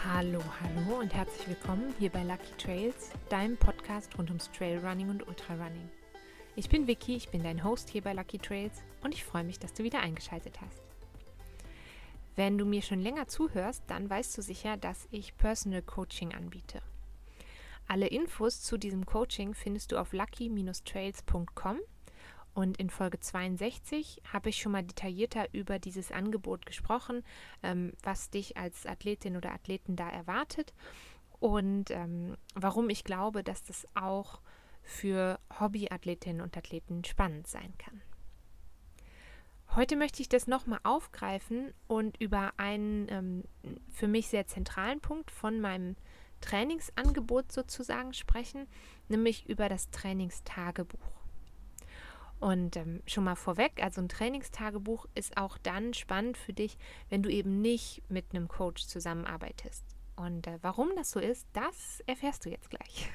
Hallo und herzlich willkommen hier bei Lucky Trails, deinem Podcast rund ums Trailrunning und Ultrarunning. Ich bin Vicky, ich bin dein Host hier bei Lucky Trails und ich freue mich, dass du wieder eingeschaltet hast. Wenn du mir schon länger zuhörst, dann weißt du sicher, dass ich Personal Coaching anbiete. Alle Infos zu diesem Coaching findest du auf lucky-trails.com. Und in Folge 62 habe ich schon mal detaillierter über dieses Angebot gesprochen, was dich als Athletin oder Athleten da erwartet und warum ich glaube, dass das auch für Hobbyathletinnen und Athleten spannend sein kann. Heute möchte ich das nochmal aufgreifen und über einen für mich sehr zentralen Punkt von meinem Trainingsangebot sozusagen sprechen, nämlich über das Trainingstagebuch. Und schon mal vorweg, also ein Trainingstagebuch ist auch dann spannend für dich, wenn du eben nicht mit einem Coach zusammenarbeitest. Und warum das so ist, das erfährst du jetzt gleich.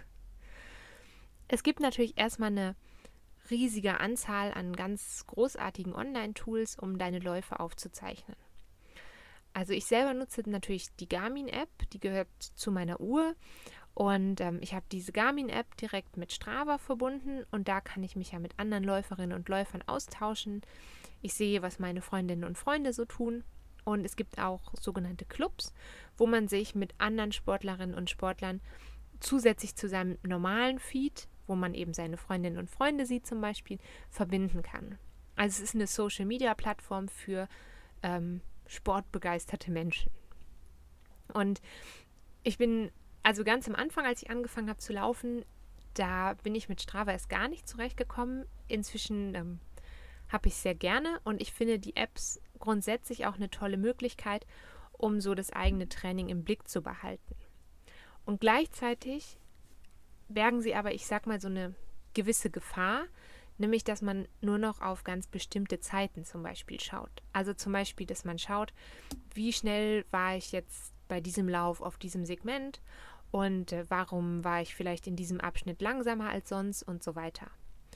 Es gibt natürlich erstmal eine riesige Anzahl an ganz großartigen Online-Tools, um deine Läufe aufzuzeichnen. Also ich selber nutze natürlich die Garmin-App, die gehört zu meiner Uhr. Und ich habe diese Garmin-App direkt mit Strava verbunden und da kann ich mich ja mit anderen Läuferinnen und Läufern austauschen. Ich sehe, was meine Freundinnen und Freunde so tun. Und es gibt auch sogenannte Clubs, wo man sich mit anderen Sportlerinnen und Sportlern zusätzlich zu seinem normalen Feed, wo man eben seine Freundinnen und Freunde sieht zum Beispiel, verbinden kann. Also es ist eine Social-Media-Plattform für sportbegeisterte Menschen. Und ich bin also ganz am Anfang, als ich angefangen habe zu laufen, da bin ich mit Strava erst gar nicht zurechtgekommen. Inzwischen habe ich es sehr gerne und ich finde die Apps grundsätzlich auch eine tolle Möglichkeit, um so das eigene Training im Blick zu behalten. Und gleichzeitig bergen sie aber, ich sag mal, so eine gewisse Gefahr, nämlich, dass man nur noch auf ganz bestimmte Zeiten zum Beispiel schaut. Also zum Beispiel, dass man schaut, wie schnell war ich jetzt bei diesem Lauf auf diesem Segment und warum war ich vielleicht in diesem Abschnitt langsamer als sonst und so weiter.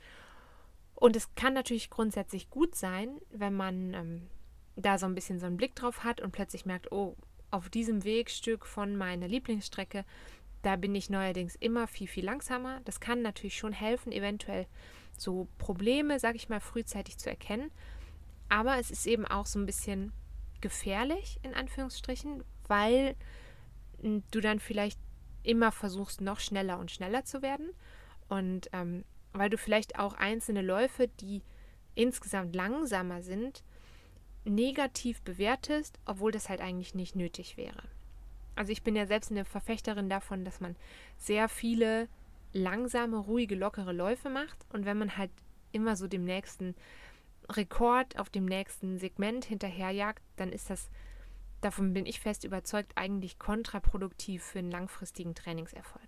Und es kann natürlich grundsätzlich gut sein, wenn man da so ein bisschen so einen Blick drauf hat und plötzlich merkt, oh, auf diesem Wegstück von meiner Lieblingsstrecke, da bin ich neuerdings immer viel, viel langsamer. Das kann natürlich schon helfen, eventuell so Probleme, sage ich mal, frühzeitig zu erkennen. Aber es ist eben auch so ein bisschen gefährlich, in Anführungsstrichen, weil du dann vielleicht immer versuchst, noch schneller und schneller zu werden und weil du vielleicht auch einzelne Läufe, die insgesamt langsamer sind, negativ bewertest, obwohl das halt eigentlich nicht nötig wäre. Also ich bin ja selbst eine Verfechterin davon, dass man sehr viele langsame, ruhige, lockere Läufe macht und wenn man halt immer so dem nächsten Rekord auf dem nächsten Segment hinterherjagt, dann ist das, davon bin ich fest überzeugt, eigentlich kontraproduktiv für einen langfristigen Trainingserfolg.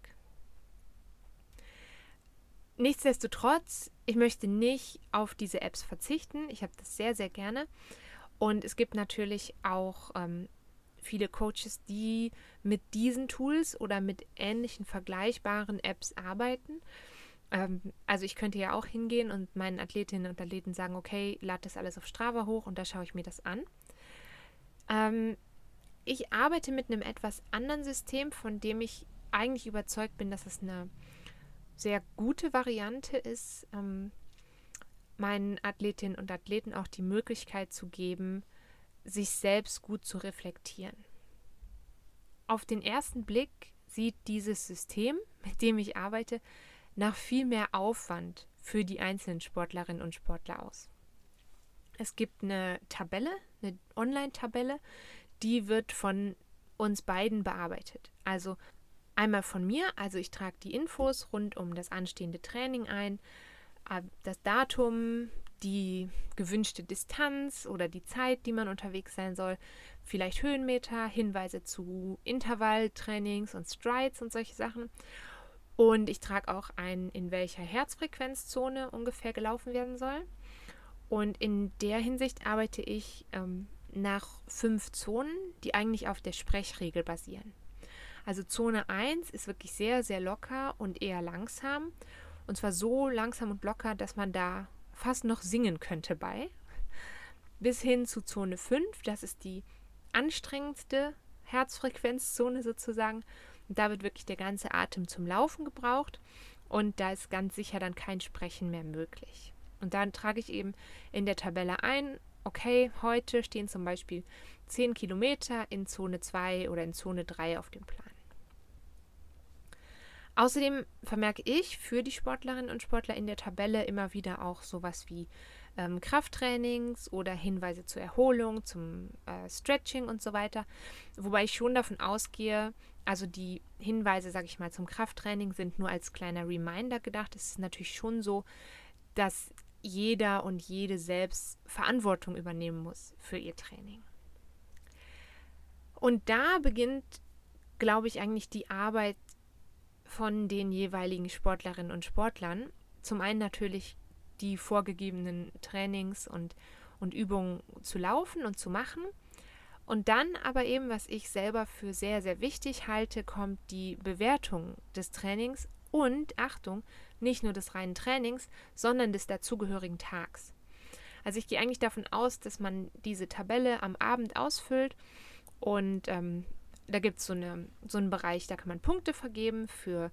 Nichtsdestotrotz, ich möchte nicht auf diese Apps verzichten. Ich habe das sehr, sehr gerne. Und es gibt natürlich auch viele Coaches, die mit diesen Tools oder mit ähnlichen vergleichbaren Apps arbeiten. Also ich könnte ja auch hingehen und meinen Athletinnen und Athleten sagen, okay, lad das alles auf Strava hoch und da schaue ich mir das an. Ich arbeite mit einem etwas anderen System, von dem ich eigentlich überzeugt bin, dass es eine sehr gute Variante ist, meinen Athletinnen und Athleten auch die Möglichkeit zu geben, sich selbst gut zu reflektieren. Auf den ersten Blick sieht dieses System, mit dem ich arbeite, nach viel mehr Aufwand für die einzelnen Sportlerinnen und Sportler aus. Es gibt eine Tabelle, eine Online-Tabelle, die wird von uns beiden bearbeitet. Also einmal von mir, also ich trage die Infos rund um das anstehende Training ein, das Datum, die gewünschte Distanz oder die Zeit, die man unterwegs sein soll, vielleicht Höhenmeter, Hinweise zu Intervalltrainings und Strides und solche Sachen. Und ich trage auch ein, in welcher Herzfrequenzzone ungefähr gelaufen werden soll. Und in der Hinsicht arbeite ich nach 5 Zonen, die eigentlich auf der Sprechregel basieren. Also Zone 1 ist wirklich sehr, sehr locker und eher langsam. Und zwar so langsam und locker, dass man da fast noch singen könnte bei. Bis hin zu Zone 5, das ist die anstrengendste Herzfrequenzzone sozusagen. Und da wird wirklich der ganze Atem zum Laufen gebraucht und da ist ganz sicher dann kein Sprechen mehr möglich. Und dann trage ich eben in der Tabelle ein, okay, heute stehen zum Beispiel 10 Kilometer in Zone 2 oder in Zone 3 auf dem Plan. Außerdem vermerke ich für die Sportlerinnen und Sportler in der Tabelle immer wieder auch sowas wie Krafttrainings oder Hinweise zur Erholung, zum Stretching und so weiter. Wobei ich schon davon ausgehe, also die Hinweise, sage ich mal, zum Krafttraining sind nur als kleiner Reminder gedacht. Es ist natürlich schon so, dass jeder und jede selbst Verantwortung übernehmen muss für ihr Training. Und da beginnt, glaube ich, eigentlich die Arbeit von den jeweiligen Sportlerinnen und Sportlern. Zum einen natürlich die vorgegebenen Trainings und Übungen zu laufen und zu machen. Und dann aber eben, was ich selber für sehr, sehr wichtig halte, kommt die Bewertung des Trainings und, Achtung, nicht nur des reinen Trainings, sondern des dazugehörigen Tags. Also ich gehe eigentlich davon aus, dass man diese Tabelle am Abend ausfüllt und da gibt es so einen Bereich, da kann man Punkte vergeben für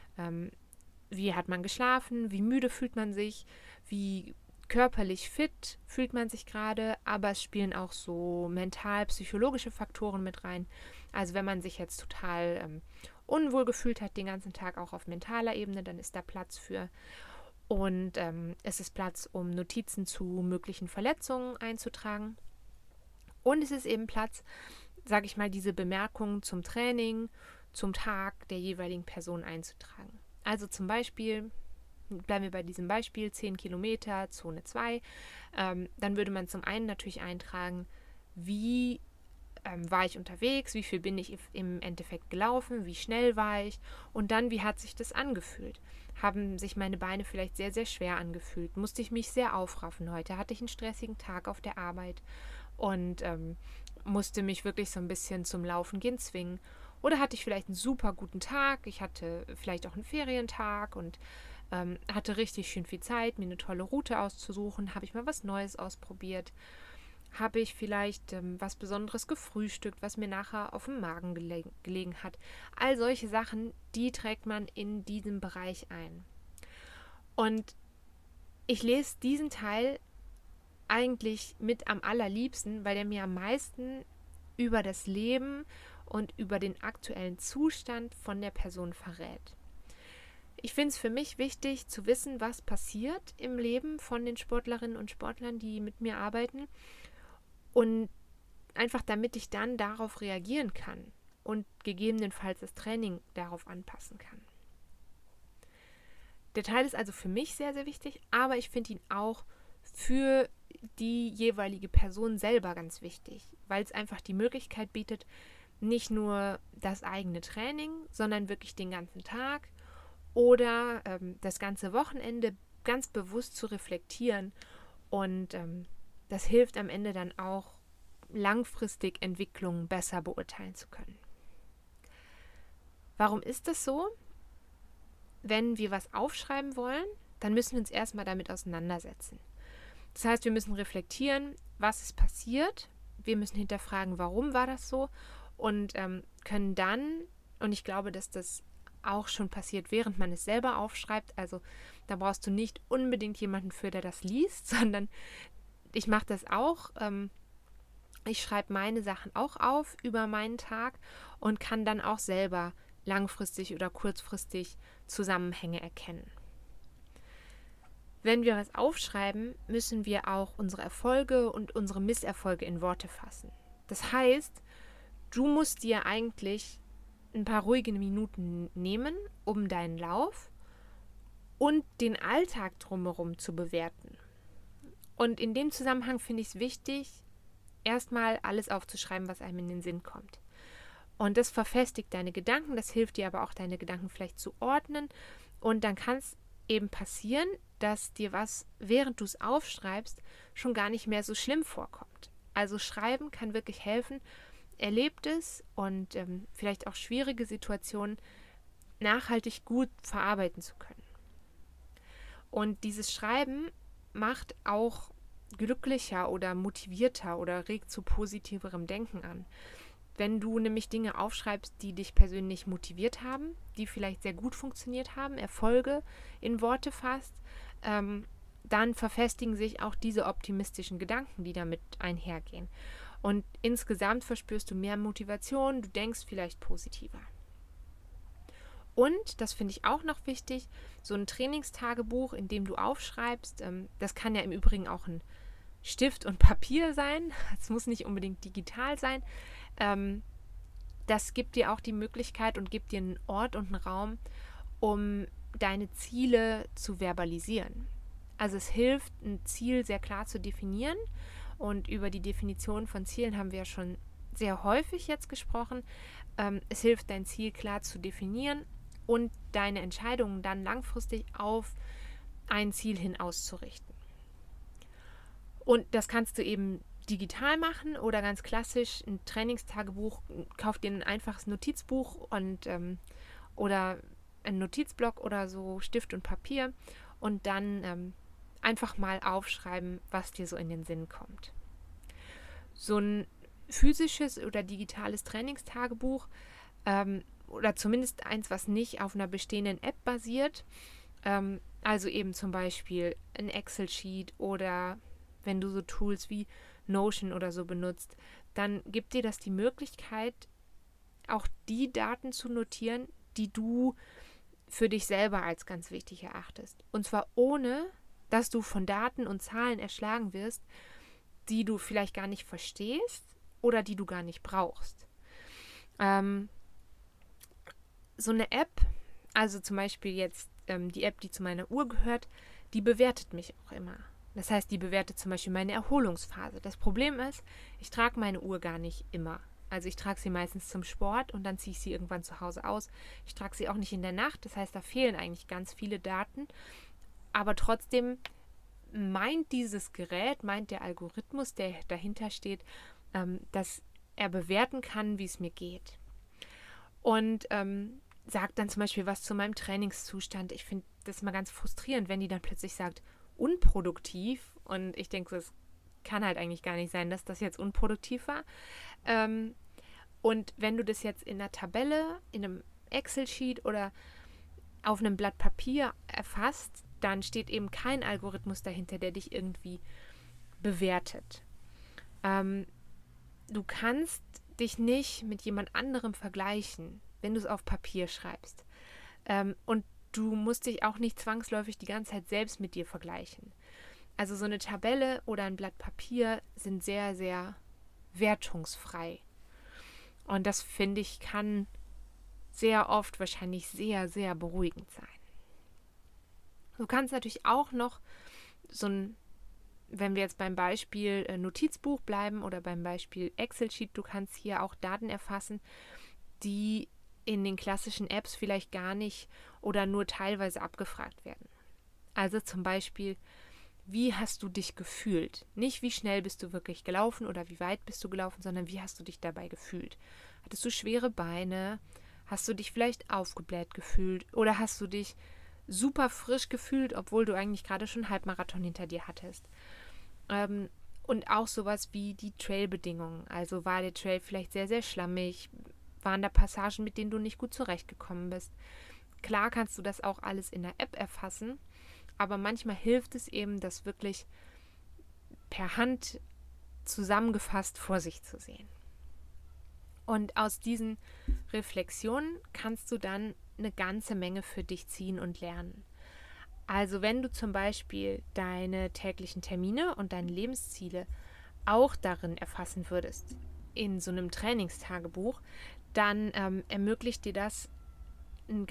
wie hat man geschlafen, wie müde fühlt man sich, wie körperlich fit fühlt man sich gerade, aber es spielen auch so mental-psychologische Faktoren mit rein. Also wenn man sich jetzt total unwohl gefühlt hat den ganzen Tag, auch auf mentaler Ebene, dann ist da Platz für. Und es ist Platz, um Notizen zu möglichen Verletzungen einzutragen. Und es ist eben Platz, sage ich mal, diese Bemerkungen zum Training, zum Tag der jeweiligen Person einzutragen. Also zum Beispiel, bleiben wir bei diesem Beispiel, 10 Kilometer, Zone 2, dann würde man zum einen natürlich eintragen, wie war ich unterwegs, wie viel bin ich im Endeffekt gelaufen, wie schnell war ich und dann, wie hat sich das angefühlt. Haben sich meine Beine vielleicht sehr, sehr schwer angefühlt, musste ich mich sehr aufraffen heute, hatte ich einen stressigen Tag auf der Arbeit und musste mich wirklich so ein bisschen zum Laufen gehen zwingen. Oder hatte ich vielleicht einen super guten Tag, ich hatte vielleicht auch einen Ferientag und hatte richtig schön viel Zeit, mir eine tolle Route auszusuchen, habe ich mal was Neues ausprobiert, habe ich vielleicht was Besonderes gefrühstückt, was mir nachher auf dem Magen gelegen hat. All solche Sachen, die trägt man in diesem Bereich ein. Und ich lese diesen Teil eigentlich mit am allerliebsten, weil der mir am meisten über das Leben und über den aktuellen Zustand von der Person verrät. Ich finde es für mich wichtig zu wissen, was passiert im Leben von den Sportlerinnen und Sportlern, die mit mir arbeiten und einfach damit ich dann darauf reagieren kann und gegebenenfalls das Training darauf anpassen kann. Der Teil ist also für mich sehr, sehr wichtig, aber ich finde ihn auch für die jeweilige Person selber ganz wichtig, weil es einfach die Möglichkeit bietet, nicht nur das eigene Training, sondern wirklich den ganzen Tag oder das ganze Wochenende ganz bewusst zu reflektieren und das hilft am Ende dann auch, langfristig Entwicklungen besser beurteilen zu können. Warum ist das so? Wenn wir was aufschreiben wollen, dann müssen wir uns erstmal damit auseinandersetzen. Das heißt, wir müssen reflektieren, was ist passiert. Wir müssen hinterfragen, warum war das so und können dann, und ich glaube, dass das auch schon passiert, während man es selber aufschreibt, also da brauchst du nicht unbedingt jemanden für, der das liest, sondern ich mache das auch. Ich schreibe meine Sachen auch auf über meinen Tag und kann dann auch selber langfristig oder kurzfristig Zusammenhänge erkennen. Wenn wir was aufschreiben, müssen wir auch unsere Erfolge und unsere Misserfolge in Worte fassen. Das heißt, du musst dir eigentlich ein paar ruhige Minuten nehmen, um deinen Lauf und den Alltag drumherum zu bewerten. Und in dem Zusammenhang finde ich es wichtig, erstmal alles aufzuschreiben, was einem in den Sinn kommt. Und das verfestigt deine Gedanken, das hilft dir aber auch, deine Gedanken vielleicht zu ordnen. Und dann kann es eben passieren, dass dir was, während du es aufschreibst, schon gar nicht mehr so schlimm vorkommt. Also Schreiben kann wirklich helfen, Erlebtes und vielleicht auch schwierige Situationen nachhaltig gut verarbeiten zu können. Und dieses Schreiben macht auch glücklicher oder motivierter oder regt zu positiverem Denken an. wenn du nämlich Dinge aufschreibst, die dich persönlich motiviert haben, die vielleicht sehr gut funktioniert haben, Erfolge in Worte fasst, dann verfestigen sich auch diese optimistischen Gedanken, die damit einhergehen. Und insgesamt verspürst du mehr Motivation, du denkst vielleicht positiver. Und, das finde ich auch noch wichtig, so ein Trainingstagebuch, in dem du aufschreibst, das kann ja im Übrigen auch ein Stift und Papier sein, es muss nicht unbedingt digital sein, das gibt dir auch die Möglichkeit und gibt dir einen Ort und einen Raum, um deine Ziele zu verbalisieren. Also es hilft, ein Ziel sehr klar zu definieren, und über die Definition von Zielen haben wir ja schon sehr häufig jetzt gesprochen. Es hilft, dein Ziel klar zu definieren und deine Entscheidungen dann langfristig auf ein Ziel hin auszurichten. Und das kannst du eben digital machen oder ganz klassisch ein Trainingstagebuch. Kauf dir ein einfaches Notizbuch und oder ein Notizblock oder so, Stift und Papier, und dann einfach mal aufschreiben, was dir so in den Sinn kommt. So ein physisches oder digitales Trainingstagebuch oder zumindest eins, was nicht auf einer bestehenden App basiert, also eben zum Beispiel ein Excel-Sheet oder wenn du so Tools wie Notion oder so benutzt, dann gibt dir das die Möglichkeit, auch die Daten zu notieren, die du für dich selber als ganz wichtig erachtest. Und zwar ohne, dass du von Daten und Zahlen erschlagen wirst, die du vielleicht gar nicht verstehst oder die du gar nicht brauchst. So eine App, also zum Beispiel jetzt die App, die zu meiner Uhr gehört, die bewertet mich auch immer. Das heißt, die bewertet zum Beispiel meine Erholungsphase. Das Problem ist, ich trage meine Uhr gar nicht immer. Also ich trage sie meistens zum Sport und dann ziehe ich sie irgendwann zu Hause aus. Ich trage sie auch nicht in der Nacht. Das heißt, da fehlen eigentlich ganz viele Daten. Aber trotzdem meint dieses Gerät, meint der Algorithmus, der dahinter steht, dass er bewerten kann, wie es mir geht. Und sagt dann zum Beispiel was zu meinem Trainingszustand. Ich finde das immer ganz frustrierend, wenn die dann plötzlich sagt, unproduktiv. Und ich denke, es kann halt eigentlich gar nicht sein, dass das jetzt unproduktiv war. Und wenn du das jetzt in einer Tabelle, in einem Excel-Sheet oder auf einem Blatt Papier erfasst, dann steht eben kein Algorithmus dahinter, der dich irgendwie bewertet. Du kannst dich nicht mit jemand anderem vergleichen, wenn du es auf Papier schreibst. Und du musst dich auch nicht zwangsläufig die ganze Zeit selbst mit dir vergleichen. Also so eine Tabelle oder ein Blatt Papier sind sehr, sehr wertungsfrei. Und das, finde ich, kann sehr oft wahrscheinlich sehr, sehr beruhigend sein. Du kannst natürlich auch noch so ein, wenn wir jetzt beim Beispiel Notizbuch bleiben oder beim Beispiel Excel-Sheet, du kannst hier auch Daten erfassen, die in den klassischen Apps vielleicht gar nicht oder nur teilweise abgefragt werden. Also zum Beispiel, wie hast du dich gefühlt? Nicht, wie schnell bist du wirklich gelaufen oder wie weit bist du gelaufen, sondern wie hast du dich dabei gefühlt? Hattest du schwere Beine? Hast du dich vielleicht aufgebläht gefühlt? Oder hast du dich super frisch gefühlt, obwohl du eigentlich gerade schon einen Halbmarathon hinter dir hattest? Und auch sowas wie die Trailbedingungen. Also war der Trail vielleicht sehr, sehr schlammig? Waren da Passagen, mit denen du nicht gut zurechtgekommen bist? Klar kannst du das auch alles in der App erfassen, aber manchmal hilft es eben, das wirklich per Hand zusammengefasst vor sich zu sehen. Und aus diesen Reflexionen kannst du dann eine ganze Menge für dich ziehen und lernen. Also wenn du zum Beispiel deine täglichen Termine und deine Lebensziele auch darin erfassen würdest, in so einem Trainingstagebuch, dann ermöglicht dir das einen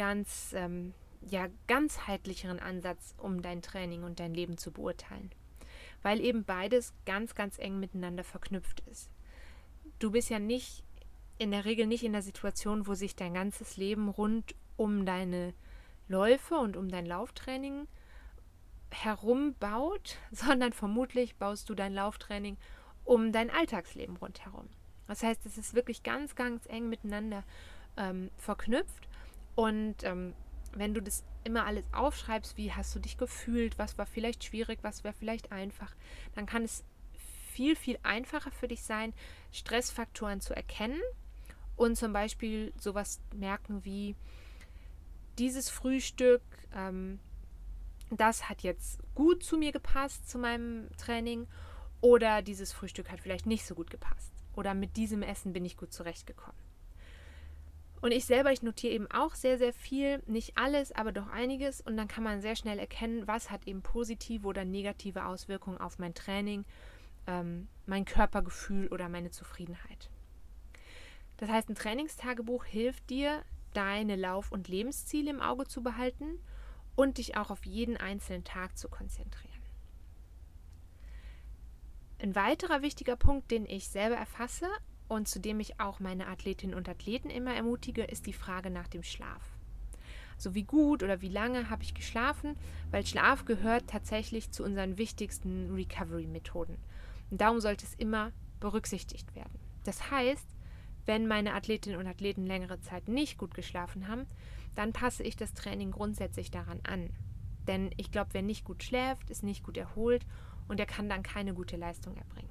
ganzheitlicheren Ansatz, um dein Training und dein Leben zu beurteilen. Weil eben beides ganz, ganz eng miteinander verknüpft ist. Du bist ja in der Regel nicht in der Situation, wo sich dein ganzes Leben rund um deine Läufe und um dein Lauftraining herum baut, sondern vermutlich baust du dein Lauftraining um dein Alltagsleben rundherum. Das heißt, es ist wirklich ganz, ganz eng miteinander verknüpft. Und wenn du das immer alles aufschreibst, wie hast du dich gefühlt, was war vielleicht schwierig, was war vielleicht einfach, dann kann es viel, viel einfacher für dich sein, Stressfaktoren zu erkennen und zum Beispiel sowas merken wie: dieses Frühstück, das hat jetzt gut zu mir gepasst, zu meinem Training, oder dieses Frühstück hat vielleicht nicht so gut gepasst. Oder mit diesem Essen bin ich gut zurechtgekommen. Und ich notiere eben auch sehr, sehr viel, nicht alles, aber doch einiges. Und dann kann man sehr schnell erkennen, was hat eben positive oder negative Auswirkungen auf mein Training, mein Körpergefühl oder meine Zufriedenheit. Das heißt, ein Trainingstagebuch hilft dir, deine Lauf- und Lebensziele im Auge zu behalten und dich auch auf jeden einzelnen Tag zu konzentrieren. Ein weiterer wichtiger Punkt, den ich selber erfasse und zu dem ich auch meine Athletinnen und Athleten immer ermutige, ist die Frage nach dem Schlaf. Also wie gut oder wie lange habe ich geschlafen, weil Schlaf gehört tatsächlich zu unseren wichtigsten Recovery-Methoden. Und darum sollte es immer berücksichtigt werden. Das heißt, wenn meine Athletinnen und Athleten längere Zeit nicht gut geschlafen haben, dann passe ich das Training grundsätzlich daran an. Denn ich glaube, wer nicht gut schläft, ist nicht gut erholt und er kann dann keine gute Leistung erbringen.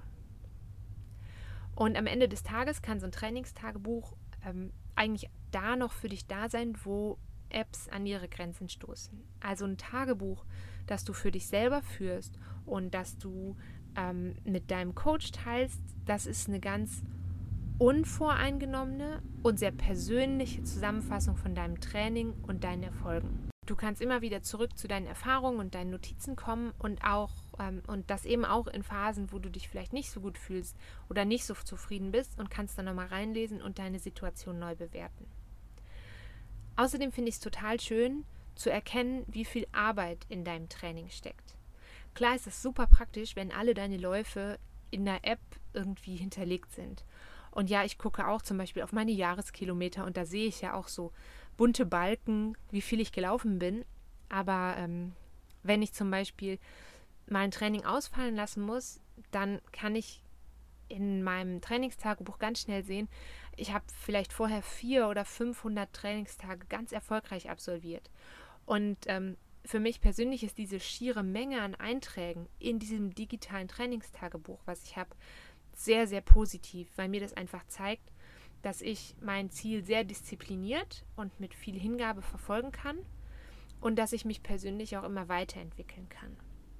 Und am Ende des Tages kann so ein Trainingstagebuch eigentlich da noch für dich da sein, wo Apps an ihre Grenzen stoßen. Also ein Tagebuch, das du für dich selber führst und das du mit deinem Coach teilst, das ist eine ganz unvoreingenommene und sehr persönliche Zusammenfassung von deinem Training und deinen Erfolgen. Du kannst immer wieder zurück zu deinen Erfahrungen und deinen Notizen kommen und das eben auch in Phasen, wo du dich vielleicht nicht so gut fühlst oder nicht so zufrieden bist, und kannst dann nochmal reinlesen und deine Situation neu bewerten. Außerdem finde ich es total schön zu erkennen, wie viel Arbeit in deinem Training steckt. Klar ist es super praktisch, wenn alle deine Läufe in der App irgendwie hinterlegt sind. Und ja, ich gucke auch zum Beispiel auf meine Jahreskilometer und da sehe ich ja auch so bunte Balken, wie viel ich gelaufen bin. Aber wenn ich zum Beispiel mal ein Training ausfallen lassen muss, dann kann ich in meinem Trainingstagebuch ganz schnell sehen, ich habe vielleicht vorher 400 oder 500 Trainingstage ganz erfolgreich absolviert. Und für mich persönlich ist diese schiere Menge an Einträgen in diesem digitalen Trainingstagebuch, was ich habe, sehr, sehr positiv, weil mir das einfach zeigt, dass ich mein Ziel sehr diszipliniert und mit viel Hingabe verfolgen kann und dass ich mich persönlich auch immer weiterentwickeln kann.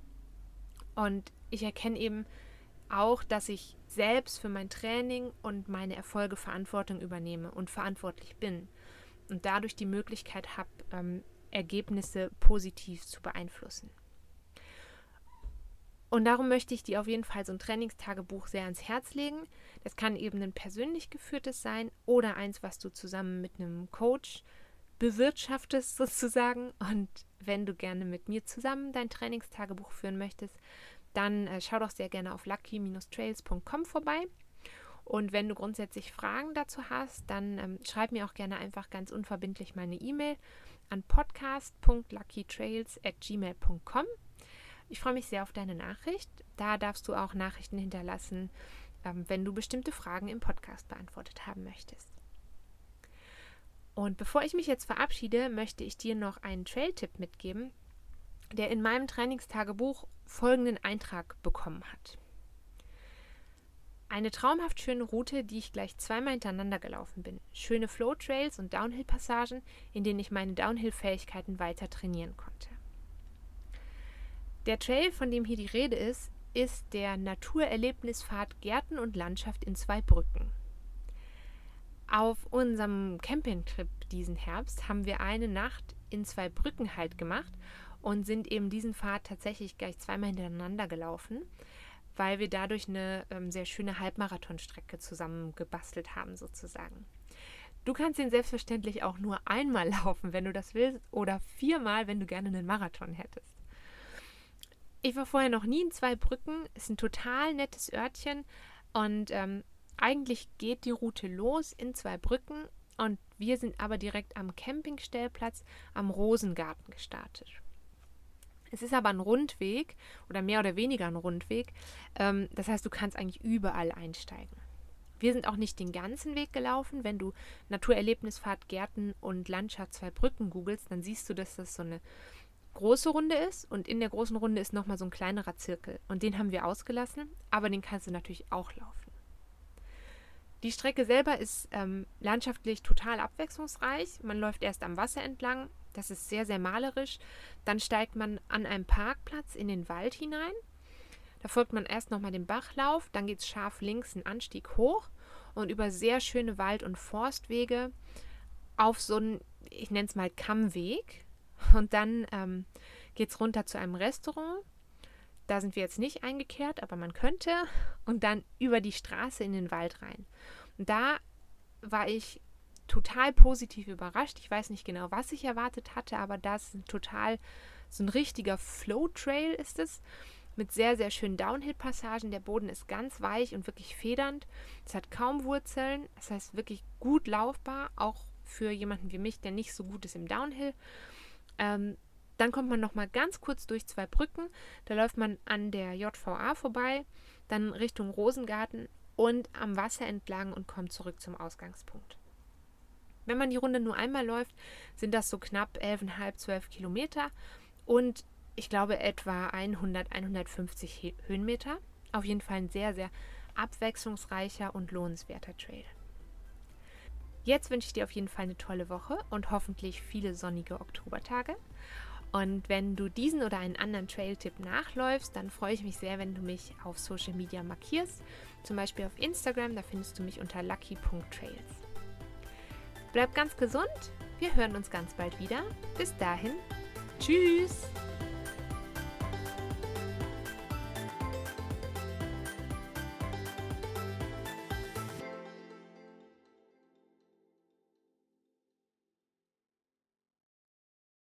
Und ich erkenne eben auch, dass ich selbst für mein Training und meine Erfolge Verantwortung übernehme und verantwortlich bin und dadurch die Möglichkeit habe, Ergebnisse positiv zu beeinflussen. Und darum möchte ich dir auf jeden Fall so ein Trainingstagebuch sehr ans Herz legen. Das kann eben ein persönlich geführtes sein oder eins, was du zusammen mit einem Coach bewirtschaftest sozusagen. Und wenn du gerne mit mir zusammen dein Trainingstagebuch führen möchtest, dann schau doch sehr gerne auf lucky-trails.com vorbei. Und wenn du grundsätzlich Fragen dazu hast, dann schreib mir auch gerne einfach ganz unverbindlich meine E-Mail an podcast.luckytrails@gmail.com. Ich freue mich sehr auf deine Nachricht. Da darfst du auch Nachrichten hinterlassen, wenn du bestimmte Fragen im Podcast beantwortet haben möchtest. Und bevor ich mich jetzt verabschiede, möchte ich dir noch einen Trail-Tipp mitgeben, der in meinem Trainingstagebuch folgenden Eintrag bekommen hat. Eine traumhaft schöne Route, die ich gleich 2-mal hintereinander gelaufen bin. Schöne Flow-Trails und Downhill-Passagen, in denen ich meine Downhill-Fähigkeiten weiter trainieren konnte. Der Trail, von dem hier die Rede ist der Naturerlebnispfad Gärten und Landschaft in Zweibrücken. Auf unserem Campingtrip diesen Herbst haben wir eine Nacht in Zweibrücken Halt gemacht und sind eben diesen Pfad tatsächlich gleich 2-mal hintereinander gelaufen, weil wir dadurch eine sehr schöne Halbmarathonstrecke zusammen gebastelt haben sozusagen. Du kannst ihn selbstverständlich auch nur einmal laufen, wenn du das willst, oder 4-mal, wenn du gerne einen Marathon hättest. Ich war vorher noch nie in Zweibrücken, ist ein total nettes Örtchen und eigentlich geht die Route los in Zweibrücken und wir sind aber direkt am Campingstellplatz am Rosengarten gestartet. Es ist aber ein Rundweg oder mehr oder weniger ein Rundweg, das heißt, du kannst eigentlich überall einsteigen. Wir sind auch nicht den ganzen Weg gelaufen. Wenn du Naturerlebnispfad Gärten und Landschaft Zweibrücken googelst, dann siehst du, dass das so eine große Runde ist und in der großen Runde ist nochmal so ein kleinerer Zirkel und den haben wir ausgelassen, aber den kannst du natürlich auch laufen. Die Strecke selber ist landschaftlich total abwechslungsreich. Man läuft erst am Wasser entlang, das ist sehr, sehr malerisch. Dann steigt man an einem Parkplatz in den Wald hinein. Da folgt man erst nochmal dem Bachlauf, dann geht es scharf links einen Anstieg hoch und über sehr schöne Wald- und Forstwege auf so einen, ich nenne es mal Kammweg. Und dann geht es runter zu einem Restaurant. Da sind wir jetzt nicht eingekehrt, aber man könnte. Und dann über die Straße in den Wald rein. Und da war ich total positiv überrascht. Ich weiß nicht genau, was ich erwartet hatte, aber das ist so ein richtiger Flow-Trail ist es. Mit sehr, sehr schönen Downhill-Passagen. Der Boden ist ganz weich und wirklich federnd. Es hat kaum Wurzeln. Das heißt wirklich gut laufbar, auch für jemanden wie mich, der nicht so gut ist im Downhill. Dann kommt man nochmal ganz kurz durch 2 Brücken. Da läuft man an der JVA vorbei, dann Richtung Rosengarten und am Wasser entlang und kommt zurück zum Ausgangspunkt. Wenn man die Runde nur einmal läuft, sind das so knapp 11,5, 12 Kilometer und ich glaube etwa 100, 150 Höhenmeter. Auf jeden Fall ein sehr, sehr abwechslungsreicher und lohnenswerter Trail. Jetzt wünsche ich dir auf jeden Fall eine tolle Woche und hoffentlich viele sonnige Oktobertage. Und wenn du diesen oder einen anderen Trail-Tipp nachläufst, dann freue ich mich sehr, wenn du mich auf Social Media markierst. Zum Beispiel auf Instagram, da findest du mich unter lucky.trails. Bleib ganz gesund, wir hören uns ganz bald wieder. Bis dahin, tschüss!